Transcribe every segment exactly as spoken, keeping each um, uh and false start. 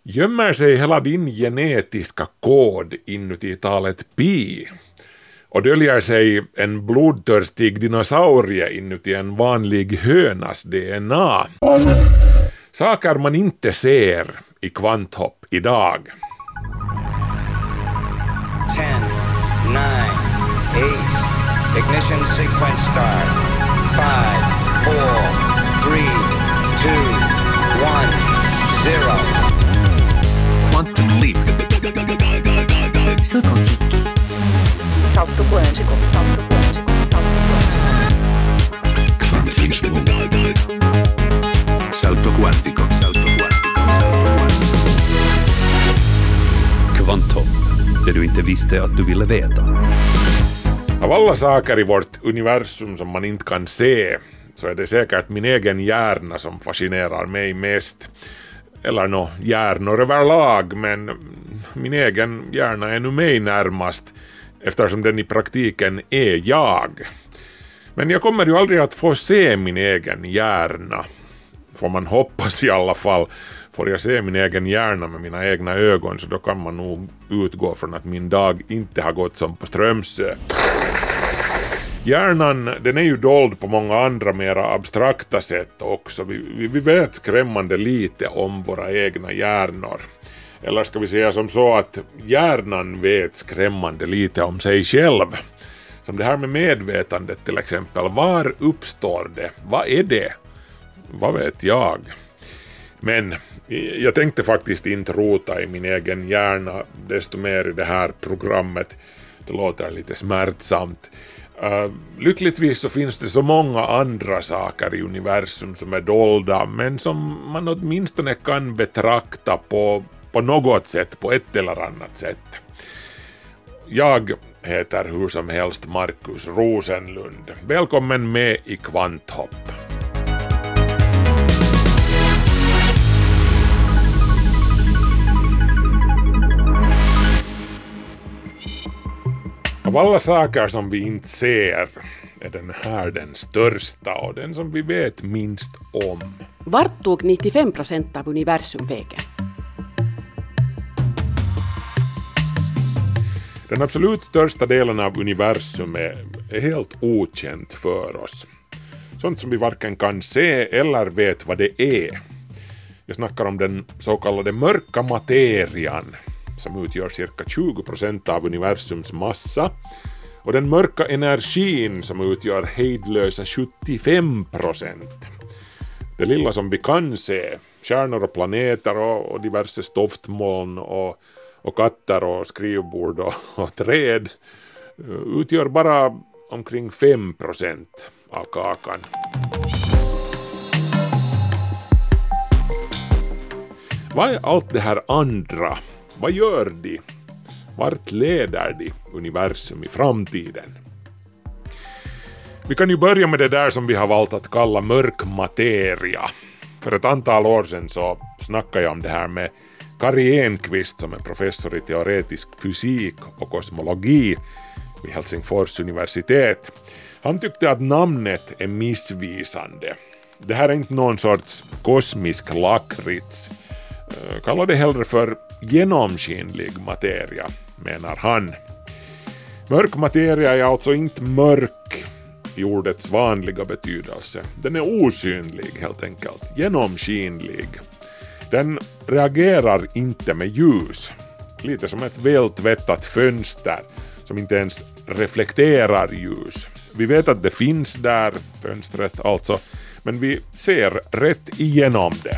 Gömmer sig hela din genetiska kod inuti talet pi och döljer sig en blodtörstig dinosaurie inuti en vanlig hönas D N A. Saker man inte ser i kvanthopp idag. ten, nine, eight, ignition sequence start. five, four, three, two, one, zero. Quantum leap. Saut quantique. Salto quântico, salto quântico, salto quântico. Kvantismo. Salto quantico, salto quantico, salto quantico. Kvanthopp, det du inte visste att du ville veta. Av alla saker i vårt universum som man inte kan se så är det säkert min egen hjärna som fascinerar mig mest. Eller nå, hjärnor överlag, men min egen hjärna är nu mig närmast eftersom den i praktiken är jag. Men jag kommer ju aldrig att få se min egen hjärna. Får man hoppas i alla fall. Får jag se min egen hjärna med mina egna ögon så då kan man nog utgå från att min dag inte har gått som på Strömsö. Hjärnan, den är ju dold på många andra mera abstrakta sätt också. Vi, vi, vi vet skrämmande lite om våra egna hjärnor. Eller ska vi säga som så att hjärnan vet skrämmande lite om sig själv. Som det här med medvetandet till exempel. Var uppstår det? Vad är det? Vad vet jag? Men jag tänkte faktiskt inte rota i min egen hjärna desto mer i det här programmet. Det låter lite smärtsamt. Uh, lyckligtvis så finns det så många andra saker i universum som är dolda men som man åtminstone kan betrakta på, på något sätt, på ett eller annat sätt. Jag heter hur som helst Markus Rosenlund. Välkommen med i Kvanthopp. Av alla saker som vi inte ser är den här den största och den som vi vet minst om. Vart tog nittiofem procent av universum vägen? Den absolut största delen av universum är, är helt okänt för oss. Sånt som vi varken kan se eller vet vad det är. Jag snackar om den så kallade mörka materian som utgör cirka tjugo procent av universums massa och den mörka energin som utgör hejdlösa sjuttiofem procent. Det lilla som vi kan se, stjärnor och planeter och, och diverse stoftmoln och, och katter och skrivbord och, och träd utgör bara omkring fem procent av kakan. Vad är allt det här andra? Vad gör de? Vart leder de universum i framtiden? Vi kan ju börja med det där som vi har valt att kalla mörk materia. För ett antal år sedan så snackade jag om det här med Kari Enqvist som är professor i teoretisk fysik och kosmologi vid Helsingfors universitet. Han tyckte att namnet är missvisande. Det här är inte någon sorts kosmisk lakrits. Kalla det hellre för genomskinlig materia, menar han. Mörk materia är alltså inte mörk i ordets vanliga betydelse. Den är osynlig helt enkelt, genomskinlig. Den reagerar inte med ljus. Lite som ett vältvättat fönster som inte ens reflekterar ljus. Vi vet att det finns där, fönstret alltså, men vi ser rätt igenom det.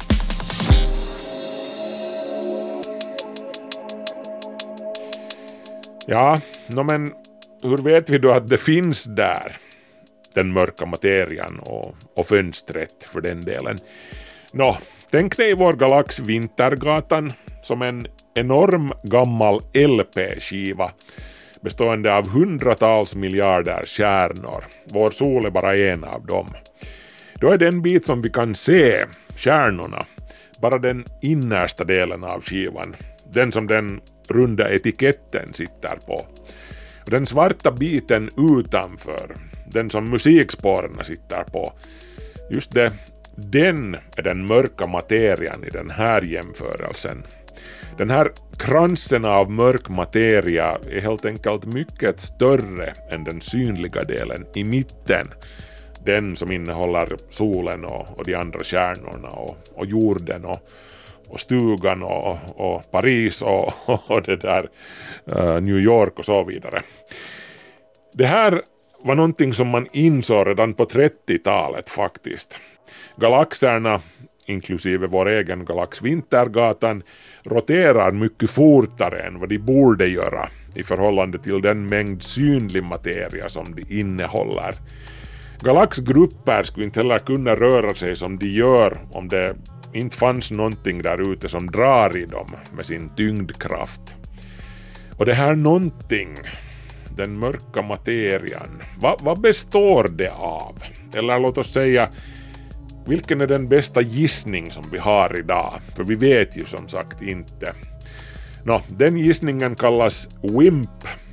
Ja, no men hur vet vi då att det finns där? Den mörka materian och, och fönstret för den delen. Nå, tänk dig vår galax Vintergatan som en enorm gammal L P-skiva bestående av hundratals miljarder stjärnor. Vår sol är bara en av dem. Då är den bit som vi kan se, stjärnorna, bara den innersta delen av skivan. Den som den runda etiketten sitter på. Och den svarta biten utanför, den som musikspåren sitter på, just det den är den mörka materian i den här jämförelsen. Den här kransen av mörk materia är helt enkelt mycket större än den synliga delen i mitten. Den som innehåller solen och, och de andra stjärnorna och, och jorden och, och stugan och, och Paris och, och det där uh, New York och så vidare. Det här var någonting som man insåg redan på trettiotalet faktiskt. Galaxerna, inklusive vår egen galax Vintergatan, roterar mycket fortare än vad de borde göra i förhållande till den mängd synlig materia som de innehåller. Galaxgrupper skulle inte heller kunna röra sig som de gör om det inte fanns någonting där ute som drar i dem med sin tyngdkraft. Och det här någonting, den mörka materian, vad, vad består det av? Eller låt oss säga, vilken är den bästa gissning som vi har idag? För vi vet ju som sagt inte. Nå, den gissningen kallas WIMP,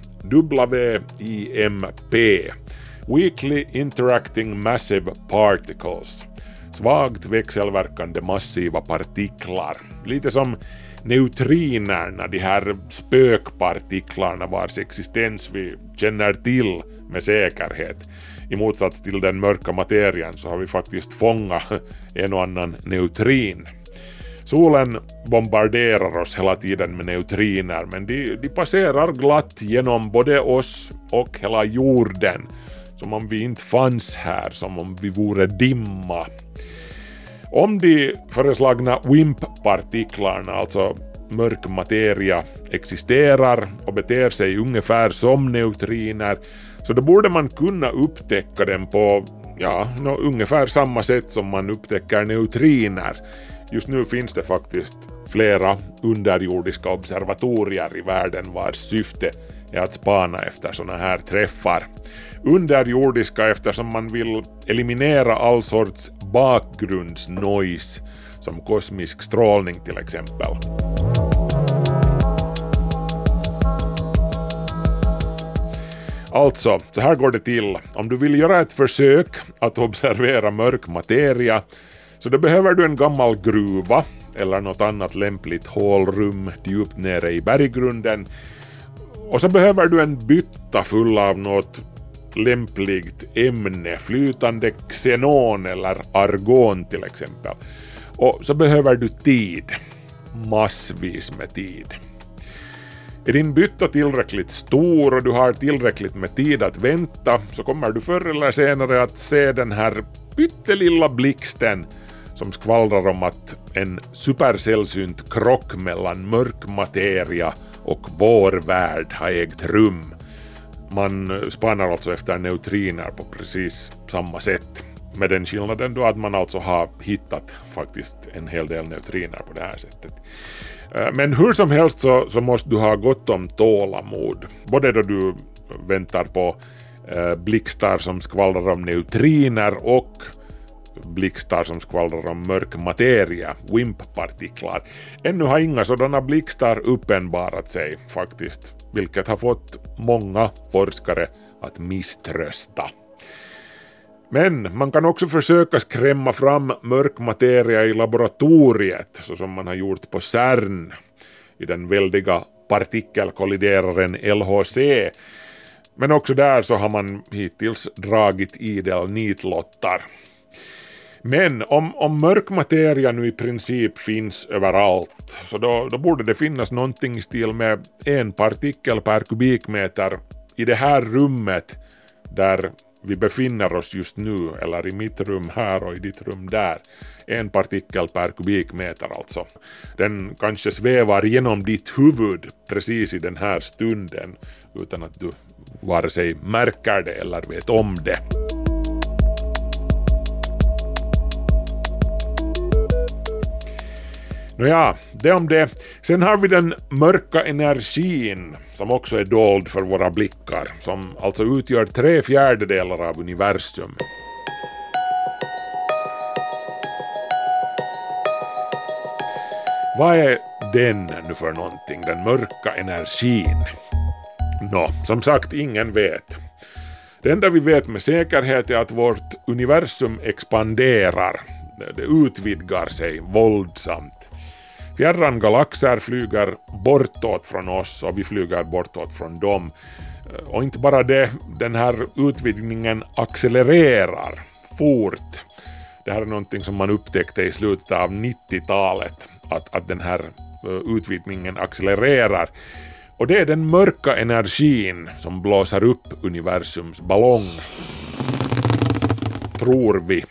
W I M P, Weakly Interacting Massive Particles, svagt växelverkande massiva partiklar. Lite som neutrinerna, de här spökpartiklarna vars existens vi känner till med säkerhet. I motsats till den mörka materian så har vi faktiskt fångat en och annan neutrin. Solen bombarderar oss hela tiden med neutriner, men de, de passerar glatt genom både oss och hela jorden, som om vi inte fanns här, som om vi vore dimma. Om de föreslagna WIMP-partiklarna, alltså mörk materia, existerar och beter sig ungefär som neutriner, så då borde man kunna upptäcka dem på ja, no, ungefär samma sätt som man upptäcker neutriner. Just nu finns det faktiskt flera underjordiska observatorier i världen vars syfte är att spana efter såna här träffar. Underjordiska eftersom man vill eliminera all sorts bakgrundsnoise som kosmisk strålning till exempel. Alltså, så här går det till. Om du vill göra ett försök att observera mörk materia, så då behöver du en gammal gruva eller något annat lämpligt hålrum djupt nere i berggrunden. Och så behöver du en bytta full av något lämpligt ämne, flytande xenon eller argon till exempel. Och så behöver du tid, massvis med tid. Är din bytta tillräckligt stor och du har tillräckligt med tid att vänta, så kommer du förr eller senare att se den här pyttelilla blixten som skvallrar om att en supersällsynt krock mellan mörk materia och vår värld har ägt rum. Man spanar alltså efter neutriner på precis samma sätt, med den skillnaden då att man alltså har hittat faktiskt en hel del neutriner på det här sättet. Men hur som helst så, så måste du ha gott om tålamod, både då du väntar på eh, blixtar som skvallrar om neutriner och blixtar som skvallrar om mörk materia, WIMP-partiklar. Ännu har inga sådana blixtar uppenbarat sig faktiskt, vilket har fått många forskare att misströsta. Men man kan också försöka skrämma fram mörk materia i laboratoriet, så som man har gjort på CERN i den väldiga partikelkollideraren L H C. Men också där så har man hittills dragit idel nitlottar. Men om, om mörk materia nu i princip finns överallt, så då, då borde det finnas någonting i stil med en partikel per kubikmeter i det här rummet där vi befinner oss just nu, eller i mitt rum här och i ditt rum där. En partikel per kubikmeter alltså. Den kanske svävar genom ditt huvud precis i den här stunden utan att du vare sig märker det eller vet om det. Nåja, det om det. Sen har vi den mörka energin som också är dold för våra blickar, som alltså utgör tre fjärdedelar av universum. Vad är den nu för någonting, den mörka energin? Nå, som sagt, ingen vet. Det enda vi vet med säkerhet är att vårt universum expanderar. det utvidgar sig våldsamt. Fjärran galaxer flyger bortåt från oss och vi flyger bortåt från dem. Och inte bara det, den här utvidgningen accelererar fort. Det här är någonting som man upptäckte i slutet av nittiotalet, att, att den här utvidgningen accelererar. Och det är den mörka energin som blåser upp universums ballong. Tror vi.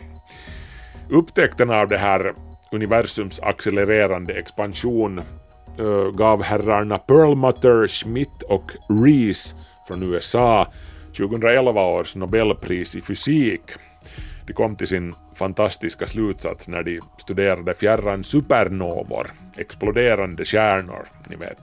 Upptäckten av det här universums accelererande expansion uh, gav herrarna Perlmutter, Schmidt och Rees från U S A tjugoelva års Nobelpris i fysik. De kom till sin fantastiska slutsats när de studerade fjärran supernovor, exploderande stjärnor, ni vet.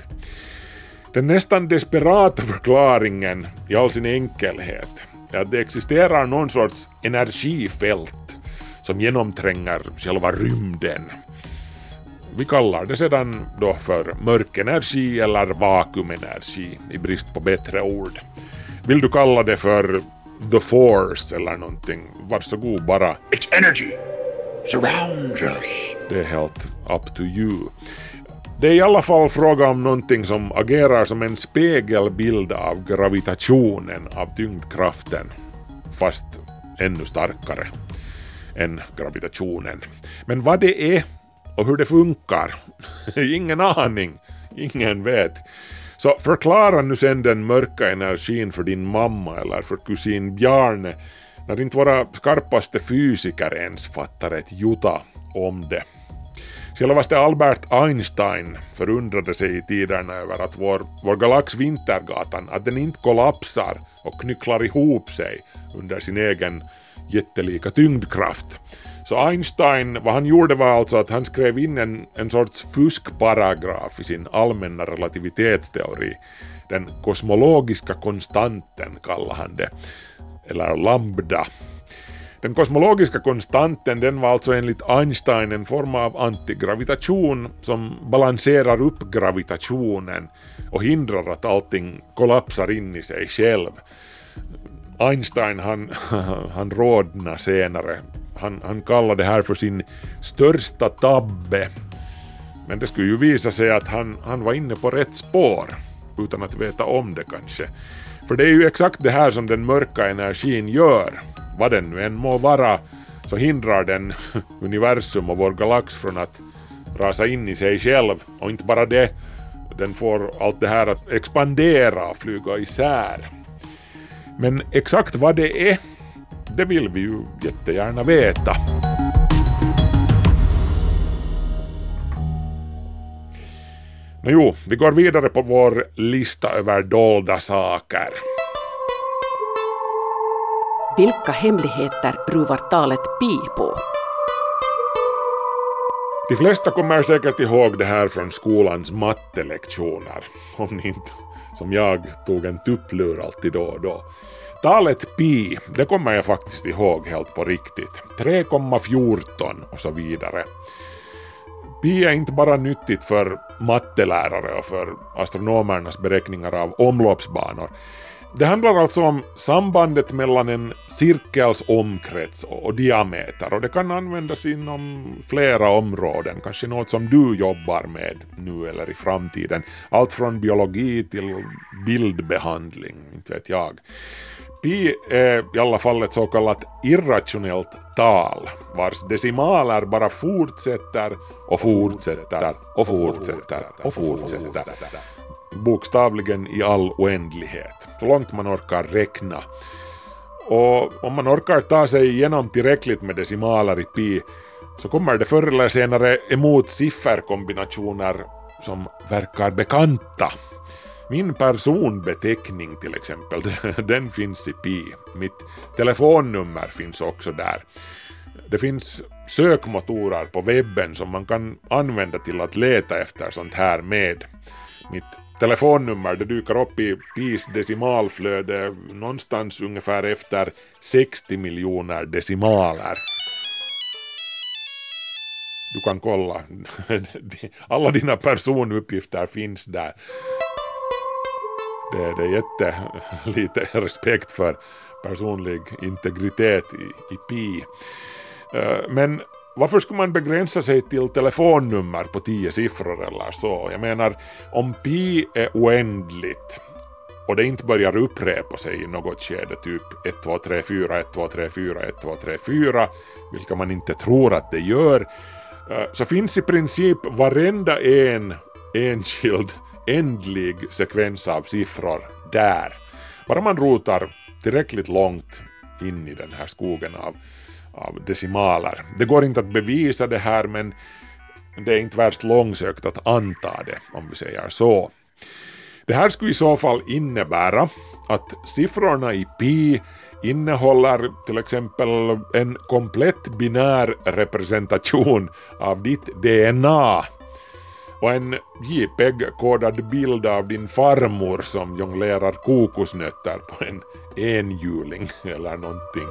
Den nästan desperata förklaringen i all sin enkelhet är att det existerar någon sorts energifält som genomtränger själva rymden. Vi kallar det sedan då för mörk energi eller vakuumenergi i brist på bättre ord. Vill du kalla det för the force eller någonting, varsågod bara. It's energy. Surrounds us. Det är helt up to you. Det är i alla fall fråga om någonting som agerar som en spegelbild av gravitationen, av tyngdkraften, fast ännu starkare än gravitationen. Men vad det är och hur det funkar, ingen aning, ingen vet. Så förklara nu sen den mörka energin för din mamma eller för kusin Bjarne när inte våra skarpaste fysiker ens fattar ett jota om det. Självaste Albert Einstein förundrade sig i tiderna över att vår, vår galax Vintergatan, att den inte kollapsar och knycklar ihop sig under sin egen jättelika tyngdkraft. Så Einstein, vad han gjorde var alltså att han skrev in en, en sorts fuskparagraf i sin allmänna relativitetsteori. Den kosmologiska konstanten kallar han det, eller lambda. Den kosmologiska konstanten, den var alltså enligt Einstein en form av antigravitation som balanserar upp gravitationen och hindrar att allting kollapsar in i sig själv. Einstein han, han rådna senare. Han, han kallade det här för sin största tabbe. Men det skulle ju visa sig att han, han var inne på rätt spår utan att veta om det kanske. För det är ju exakt det här som den mörka energin gör. Vad den nu än må vara så hindrar den universum och vår galax från att rasa in i sig själv. Och inte bara det, den får allt det här att expandera och flyga isär. Men exakt vad det är, det vill vi ju jättegärna veta. Nå jo, vi går vidare på vår lista över dolda saker. Vilka hemligheter ruvar talet pi på? De flesta kommer säkert ihåg det här från skolans mattelektioner. Om ni inte, som jag, tog en tupplur alltid då och då. Talet pi, det kommer jag faktiskt ihåg helt på riktigt. tre komma fjorton och så vidare. Pi är inte bara nyttigt för mattelärare och för astronomernas beräkningar av omloppsbanor. Det handlar alltså om sambandet mellan en cirkels omkrets och diameter, och det kan användas inom flera områden, kanske något som du jobbar med nu eller i framtiden. Allt från biologi till bildbehandling, inte vet jag. Pi är i alla fall ett så kallat irrationellt tal, vars decimaler bara fortsätter och fortsätter och fortsätter och fortsätter. Bokstavligen i all oändlighet, så långt man orkar räkna. Och om man orkar ta sig igenom tillräckligt med decimaler i pi, så kommer det förr eller senare emot sifferkombinationer som verkar bekanta. Min personbeteckning till exempel, den finns i pi. Mitt telefonnummer finns också där. Det finns sökmotorer på webben som man kan använda till att leta efter sånt här med. Mitt telefonnummer, det dyker upp i pis decimalflöde någonstans ungefär efter sextio miljoner decimaler. Du kan kolla. Alla dina personuppgifter finns där. Det, det är jätte lite respekt för personlig integritet i, i pi. Men varför skulle man begränsa sig till telefonnummer på tio siffror eller så? Jag menar, om pi är oändligt och det inte börjar upprepa sig i något skede, typ ett, två, tre, fyra, ett, två, tre, fyra, ett, två, tre, fyra, vilka man inte tror att det gör, så finns i princip varenda en enskild ändlig sekvens av siffror där. Bara man rotar tillräckligt långt in i den här skogen av, av decimaler. Det går inte att bevisa det här, men det är inte värst långsökt att anta det, om vi säger så. Det här skulle i så fall innebära att siffrorna i pi innehåller till exempel en komplett binär representation av ditt D N A och en JPEG-kodad bild av din farmor som jonglerar kokosnötter på en enhjuling eller någonting.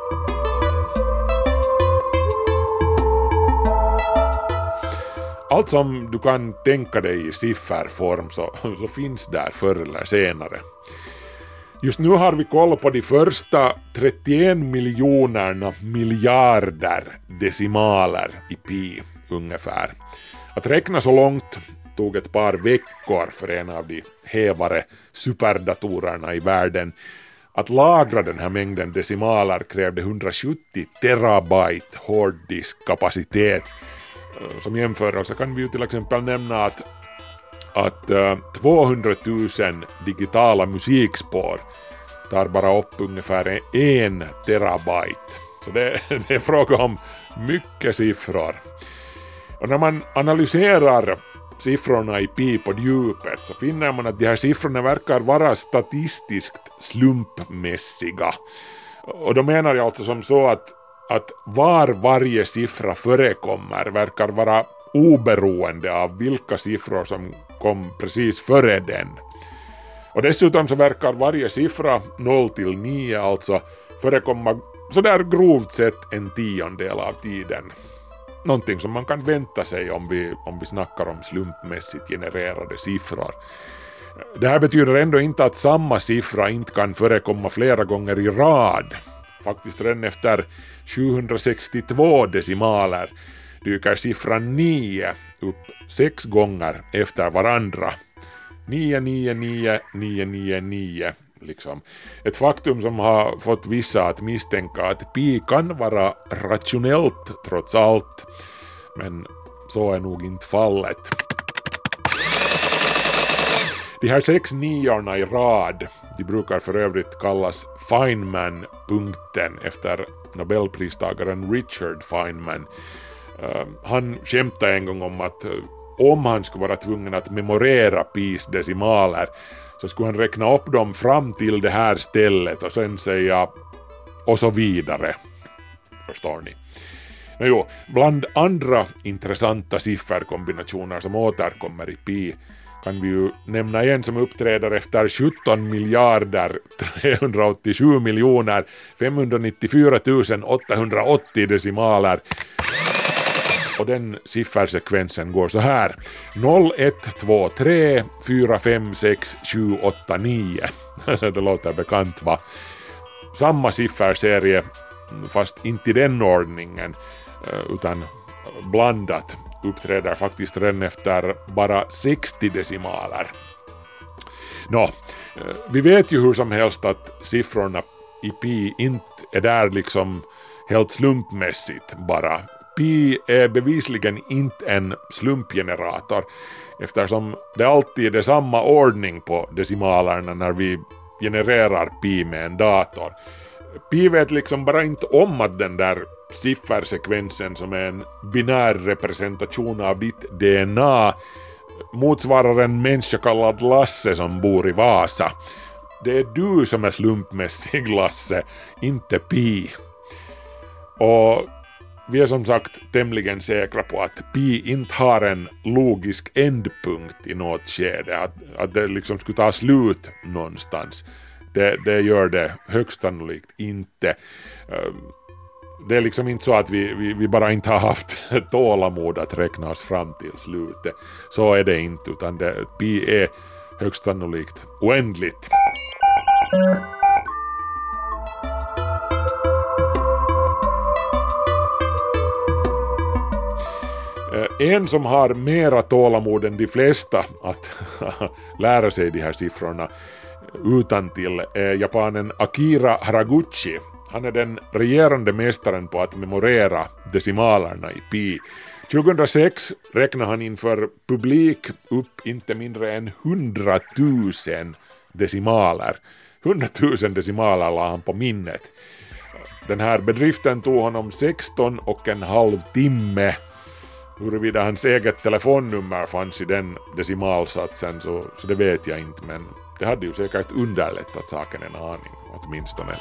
Allt som du kan tänka dig i sifferform så, så finns där förr eller senare. Just nu har vi koll på de första trettioen miljonerna miljarder decimaler i pi ungefär. Att räkna så långt tog ett par veckor för en av de hävare superdatorerna i världen. Att lagra den här mängden decimaler krävde hundrasjuttio terabyte hårddiskkapacitet. Som jämförelse kan vi ju till exempel nämna att, att uh, tvåhundratusen digitala musikspår tar bara upp ungefär en terabyte. Så det, det är fråga om mycket siffror. Och när man analyserar siffrorna i pi på djupet så finner man att de här siffrorna verkar vara statistiskt slumpmässiga. Och då menar jag alltså som så att, att var varje siffra förekommer verkar vara oberoende av vilka siffror som kom precis före den. Och dessutom så verkar varje siffra noll till nio alltså förekomma sådär grovt sett en tiondel av tiden. Någonting som man kan vänta sig om vi, om vi snackar om slumpmässigt genererade siffror. Det här betyder ändå inte att samma siffra inte kan förekomma flera gånger i rad. Faktiskt redan efter sjuhundrasextiotvå decimaler dyker siffran nio upp sex gånger efter varandra. nio, nio, nio, nio, nio, nio. Liksom. Ett faktum som har fått vissa att misstänka att pi kan vara rationellt trots allt. Men så är nog inte fallet. De här sex niorna i rad, de brukar för övrigt kallas Feynman-punkten efter Nobelpristagaren Richard Feynman. Uh, han skämtade en gång om att uh, om han skulle vara tvungen att memorera pis decimaler så skulle han räkna upp dem fram till det här stället och sen säga och så vidare. Förstår ni? Men jo, bland andra intressanta sifferkombinationer som återkommer i pi kan vi ju nämna en som uppträder efter sjutton miljarder trehundraåttiosju miljoner femhundranittiofyra tusen åttahundraåttio decimaler. Och den siffersekvensen går så här: noll, ett, två, tre, fyra, fem, sex, sju, åtta, nio. Det låter bekant, va? Samma sifferserie, fast inte i den ordningen, utan blandat, uppträder faktiskt redan efter bara sextio decimaler. Nå, vi vet ju hur som helst att siffrorna i pi inte är där liksom helt slumpmässigt bara. Pi är bevisligen inte en slumpgenerator eftersom det alltid är samma ordning på decimalerna när vi genererar pi med en dator. Pi vet liksom bara inte om att den där siffersekvensen som är en binär representation av ditt D N A motsvarar en människa kallad Lasse som bor i Vasa. Det är du som är slumpmässig, Lasse, inte pi. Och vi är som sagt tämligen säkra på att pi inte har en logisk ändpunkt i något skede, att, att det liksom skulle ta slut någonstans. Det, det gör det högst sannolikt inte. Det är liksom inte så att vi, vi, vi bara inte har haft tålamod att räkna oss fram till slutet. Så är det inte, utan det, pi är högst sannolikt oändligt. En som har mera tålamod än de flesta att lära sig de här siffrorna utan till är japanen Akira Haraguchi. Han är den regerande mästaren på att memorera decimalerna i pi. tjugohundrasex räknade han inför publik upp inte mindre än hundratusen decimaler. hundratusen decimaler la han på minnet. Den här bedriften tog honom sexton och en halv timme. Huruvida hans eget telefonnummer fanns i den decimalsatsen så, så det vet jag inte, men det hade ju säkert underlättat saken en aning åtminstone.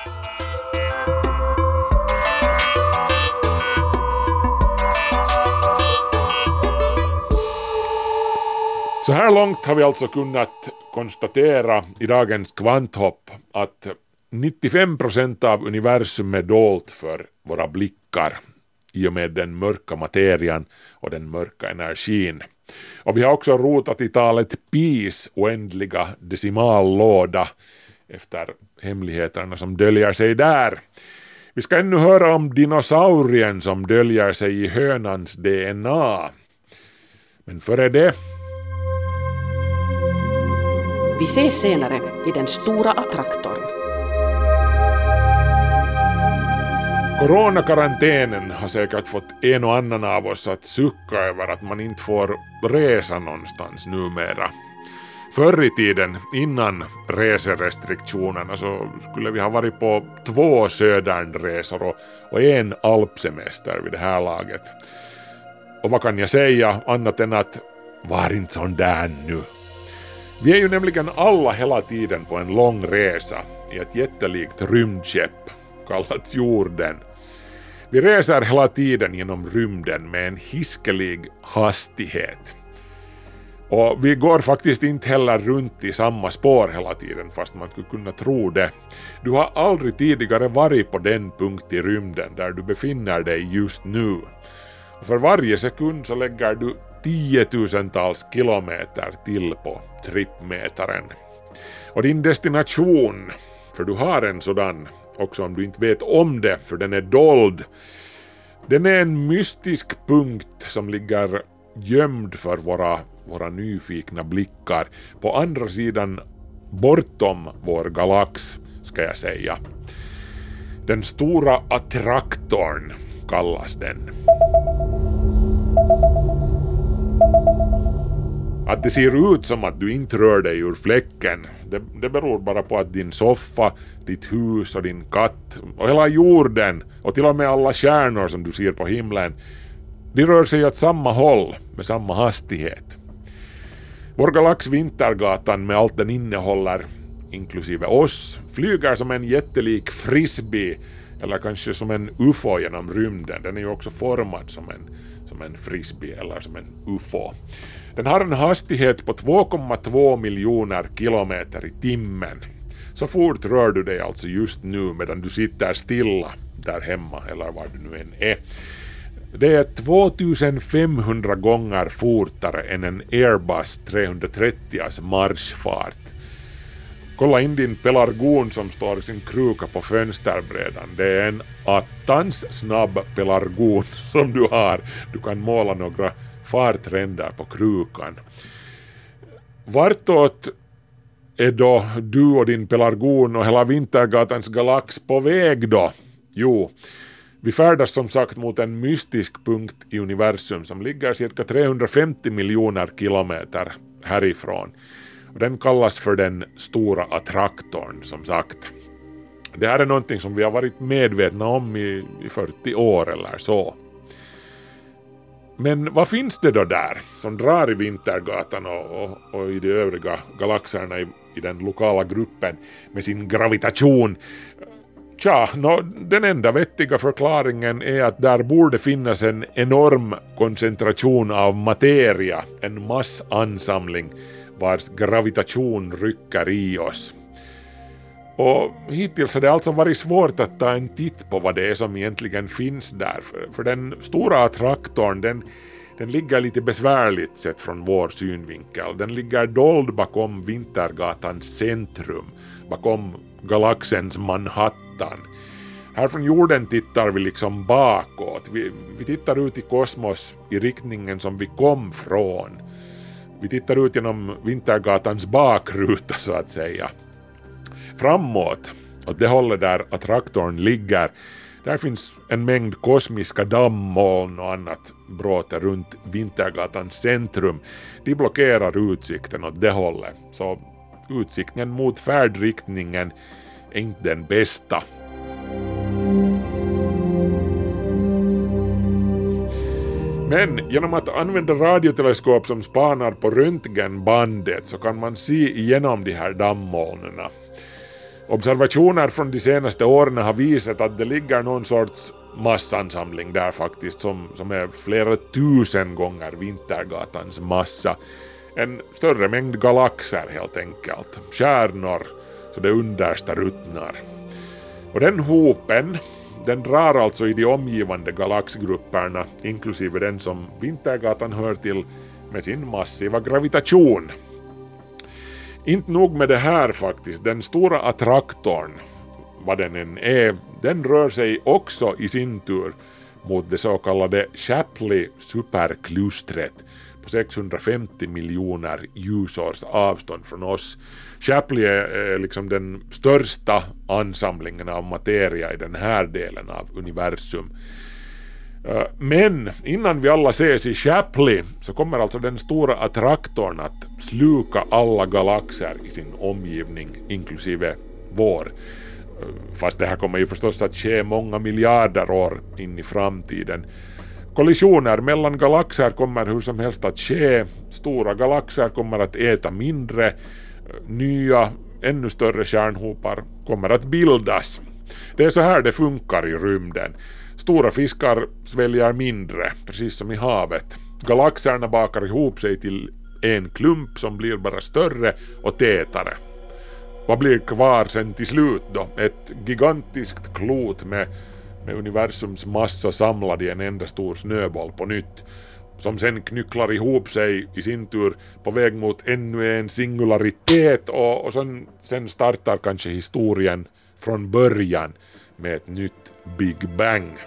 Så här långt har vi alltså kunnat konstatera i dagens kvanthopp att nittiofem procent av universum är dolt för våra blickar i och med den mörka materian och den mörka energin. Och vi har också rotat i talet pis oändliga decimallåda efter hemligheterna som döljer sig där. Vi ska ännu höra om dinosaurien som döljer sig i hönans D N A. Men före det... Vi ses senare i den stora attraktorn. Coronakarantänen har säkert fått en och annan av oss att sucka över att man inte får resa någonstans numera. Förr i tiden, innan reserestriktionerna, så skulle vi ha varit på två södernresor och, och en alpsemester vid det här laget. Och vad kan jag säga annat än att var inte sån där nu. Vi är ju nämligen alla hela tiden på en lång resa i ett jättelikt rymdskepp kallat jorden. Vi reser hela tiden genom rymden med en hiskelig hastighet. Och vi går faktiskt inte heller runt i samma spår hela tiden, fast man skulle kunna tro det. Du har aldrig tidigare varit på den punkt i rymden där du befinner dig just nu. Och för varje sekund så lägger du tiotusentals kilometer till på trippmätaren. Och din destination, för du har en sådan, också om du inte vet om det, för den är dold. Den är en mystisk punkt som ligger gömd för våra, våra nyfikna blickar på andra sidan bortom vår galax, ska jag säga. Den stora attraktorn kallas den. Att det ser ut som att du inte rör dig ur fläcken, det, det beror bara på att din soffa, ditt hus och din katt och hela jorden och till och med alla stjärnor som du ser på himlen, de rör sig åt samma håll med samma hastighet. Vår galax Vintergatan med allt den innehåller, inklusive oss, flyger som en jättelik frisbee eller kanske som en U F O genom rymden. Den är ju också formad som en, som en frisbee eller som en U F O. Den har en hastighet på två komma två miljoner kilometer i timmen. Så fort rör du dig alltså just nu medan du sitter stilla där hemma eller var du nu än är. Det är tvåtusenfemhundra gånger fortare än en Airbus trehundratrettio:s marschfart. Kolla in din pelargon som står i sin kruka på fönsterbrädan. Det är en attans snabb pelargon som du har. Du kan måla några fartränder på krukan. Vartåt är då du och din pelargon och hela Vintergatans galax på väg då? Jo, vi färdas som sagt mot en mystisk punkt i universum som ligger cirka trehundrafemtio miljoner kilometer härifrån. Och den kallas för den stora attraktorn, som sagt. Det här är någonting som vi har varit medvetna om i, i fyrtio år eller så. Men vad finns det då där som drar i Vintergatan och, och, och i de övriga galaxerna i, i den lokala gruppen med sin gravitation? Tja, no, den enda vettiga förklaringen är att där borde finnas en enorm koncentration av materia, en massansamling vars gravitation rycker i oss. Och hittills har det alltså varit svårt att ta en titt på vad det är som egentligen finns där. För, för den stora attraktorn, den, den ligger lite besvärligt sett från vår synvinkel. Den ligger dold bakom Vintergatans centrum, bakom galaxens Manhattan. Här från jorden tittar vi liksom bakåt. Vi, vi tittar ut i kosmos i riktningen som vi kom från. Vi tittar ut genom Vintergatans bakruta så att säga. Framåt, åt det hållet där attraktorn ligger, där finns en mängd kosmiska dammoln och annat bråte runt Vintergatans centrum. De blockerar utsikten åt det hållet, så utsikten mot färdriktningen är inte den bästa. Men genom att använda radioteleskop som spanar på röntgenbandet så kan man se igenom de här dammolnen. Observationer från de senaste åren har visat att det ligger någon sorts massansamling där faktiskt som, som är flera tusen gånger Vintergatans massa. En större mängd galaxer helt enkelt. Stjärnor så det understa ruttnar. Och den hopen, den drar alltså i de omgivande galaxgrupperna, inklusive den som Vintergatan hör till, med sin massiva gravitation. Inte nog med det här faktiskt, den stora attraktorn, vad den än är, den rör sig också i sin tur mot det så kallade Shapley-superklustret på sexhundrafemtio miljoner ljusårs avstånd från oss. Shapley är liksom den största ansamlingen av materia i den här delen av universum. Men innan vi alla ses i Shapley så kommer alltså den stora attraktorn att sluka alla galaxer i sin omgivning, inklusive vår. Fast det här kommer ju förstås att ske många miljarder år in i framtiden. Kollisioner mellan galaxer kommer hur som helst att ske. Stora galaxer kommer att äta mindre. Nya, ännu större stjärnhopar kommer att bildas. Det är så här det funkar i rymden. Stora fiskar sväljer mindre, precis som i havet. Galaxerna bakar ihop sig till en klump som blir bara större och tätare. Vad blir kvar sen till slut då? Ett gigantiskt klot med, med universums massa samlad i en enda stor snöboll på nytt, som sen knycklar ihop sig i sin tur på väg mot ännu en singularitet och, och sen, sen startar kanske historien från början med ett nytt Big Bang.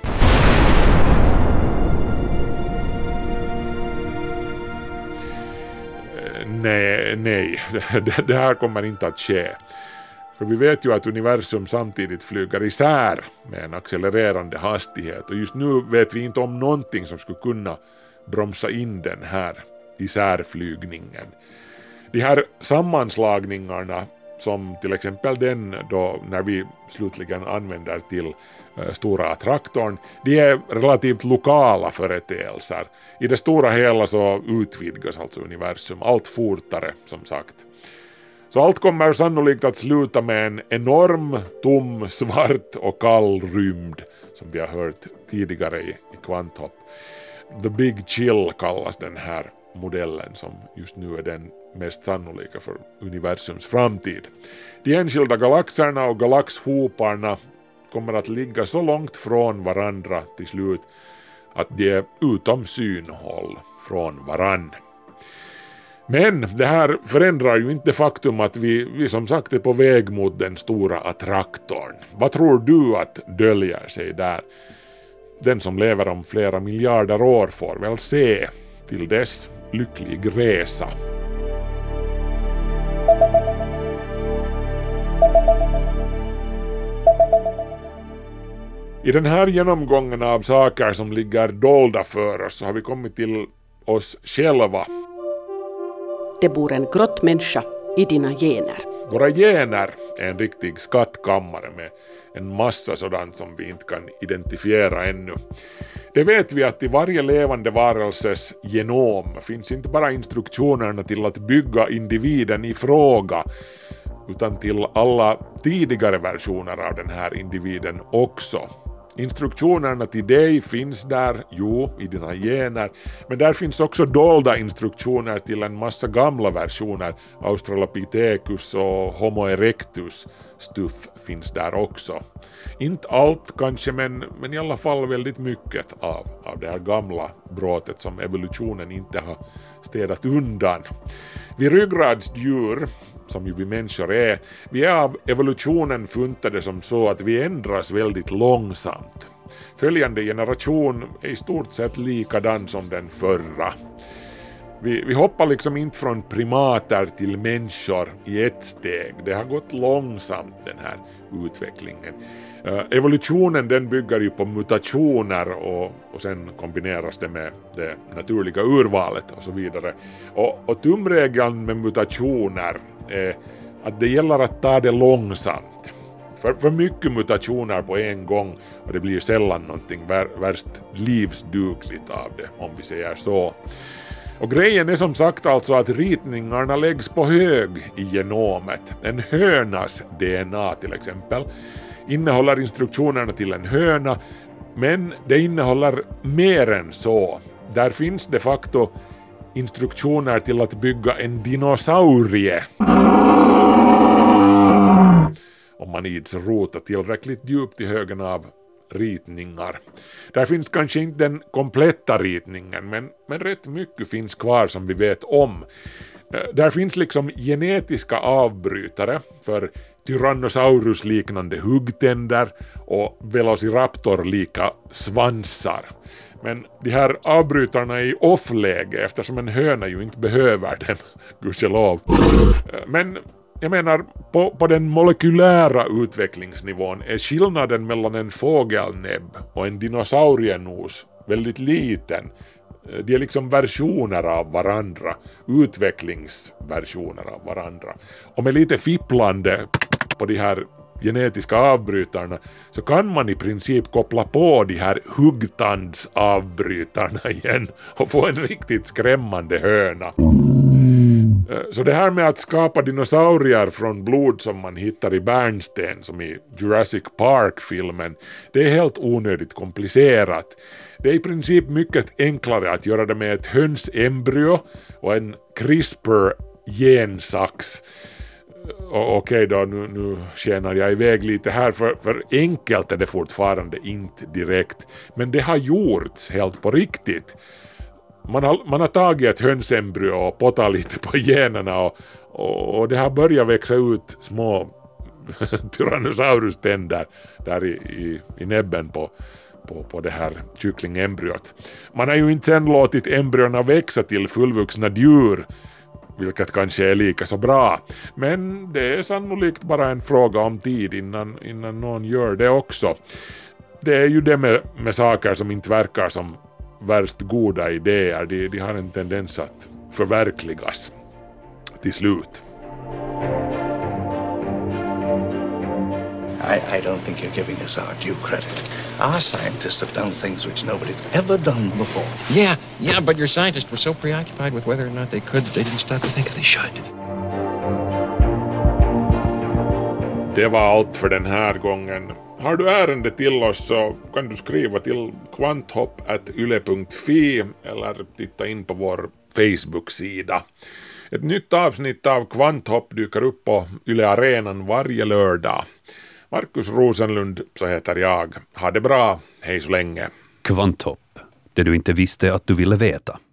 Nej, nej, det, det här kommer inte att ske. För vi vet ju att universum samtidigt flyger isär med en accelererande hastighet och just nu vet vi inte om någonting som skulle kunna bromsa in den här isärflygningen. De här sammanslagningarna, som till exempel den då när vi slutligen använder till uh, stora attraktorn, de är relativt lokala företeelser. I det stora hela så utvidgas alltså universum allt fortare som sagt. Så allt kommer sannolikt att sluta med en enorm, tom, svart och kall rymd som vi har hört tidigare i, i Kvanthopp. The Big Chill kallas den här modellen som just nu är den mest sannolika för universums framtid. De enskilda galaxerna och galaxhoparna kommer att ligga så långt från varandra till slut att de är utom synhåll från varann. Men det här förändrar ju inte faktum att vi, vi som sagt är på väg mot den stora attraktorn. Vad tror du att döljer sig där? Den som lever om flera miljarder år får väl se. Till dess, lycklig resa. I den här genomgången av saker som ligger dolda för oss så har vi kommit till oss själva. Det bor en grottmänniska i dina gener. Våra gener är en riktig skattkammare med en massa sådant som vi inte kan identifiera ännu. Det vet vi att i varje levande varelses genom finns inte bara instruktionerna till att bygga individen i fråga, utan till alla tidigare versioner av den här individen också. Instruktionerna till dig finns där, jo, i dina gener, men där finns också dolda instruktioner till en massa gamla versioner. Australopithecus och Homo erectus stuff finns där också. Inte allt kanske, men, men i alla fall väldigt mycket av, av det här gamla bråtet som evolutionen inte har städat undan. Vi ryggradsdjur som ju vi människor är. Vi är av evolutionen funtade som så att vi ändras väldigt långsamt. Följande generation är i stort sett likadan som den förra. Vi, vi hoppar liksom inte från primater till människor i ett steg. Det har gått långsamt, den här utvecklingen. Uh, evolutionen den bygger ju på mutationer och, och sen kombineras det med det naturliga urvalet och så vidare. Och, och tumregeln med mutationer är att det gäller att ta det långsamt. För, för mycket mutationer på en gång och det blir sällan någonting vär, värst livsdugligt av det, om vi säger så. Och grejen är som sagt alltså att ritningarna läggs på hög i genomet. En hönas D N A till exempel innehåller instruktionerna till en höna, men det innehåller mer än så. Där finns de facto instruktioner till att bygga en dinosaurie. Om man ids rota tillräckligt djupt i högen av ritningar. Där finns kanske inte den kompletta ritningen, men, men rätt mycket finns kvar som vi vet om. Där finns liksom genetiska avbrytare för Tyrannosaurus-liknande huggtänder och Velociraptor-lika svansar. Men de här avbrytarna är i off-läge eftersom en höna ju inte behöver dem, gudskelov. Men jag menar, på, på den molekylära utvecklingsnivån är skillnaden mellan en fågelnäbb och en dinosaurienos väldigt liten. De är liksom versioner av varandra, utvecklingsversioner av varandra. Och med lite fipplande på de här genetiska avbrytarna så kan man i princip koppla på de här huggtandsavbrytarna igen och få en riktigt skrämmande höna. Så det här med att skapa dinosaurier från blod som man hittar i bärnsten som i Jurassic Park-filmen, det är helt onödigt komplicerat. Det är i princip mycket enklare att göra det med ett hönsembryo och en CRISPR-gensax. Okej okay då, nu, nu tjänar jag iväg lite här, för, för enkelt är det fortfarande inte direkt. Men det har gjorts helt på riktigt. Man har, man har tagit ett hönsembryo och potat lite på generna och, och, och det har börjat växa ut små Tyrannosaurus-tänder där i, i, i näbben på, på, på det här kycklingembryoet. Man har ju inte sen låtit embryona växa till fullvuxna djur, vilket kanske är lika så bra. Men det är sannolikt bara en fråga om tid innan, innan någon gör det också. Det är ju det med, med saker som inte verkar som värst goda idéer. De, de har en tendens att förverkligas till slut. I, I don't think you're giving us our due credit. Our scientists have done things which nobody's ever done before. Yeah, yeah, but your scientists were so preoccupied with whether or not they could that they didn't stop to think if they should. Det var allt för den här gången. Har du ärende till oss så kan du skriva till kvanthopp at yle punkt fi eller titta in på vår Facebook-sida. Ett nytt avsnitt av Kvanthopp dyker upp på Yle Arenan varje lördag. Markus Rosenlund så heter jag. Ha det bra, hej så länge. Kvanthopp, det du inte visste att du ville veta.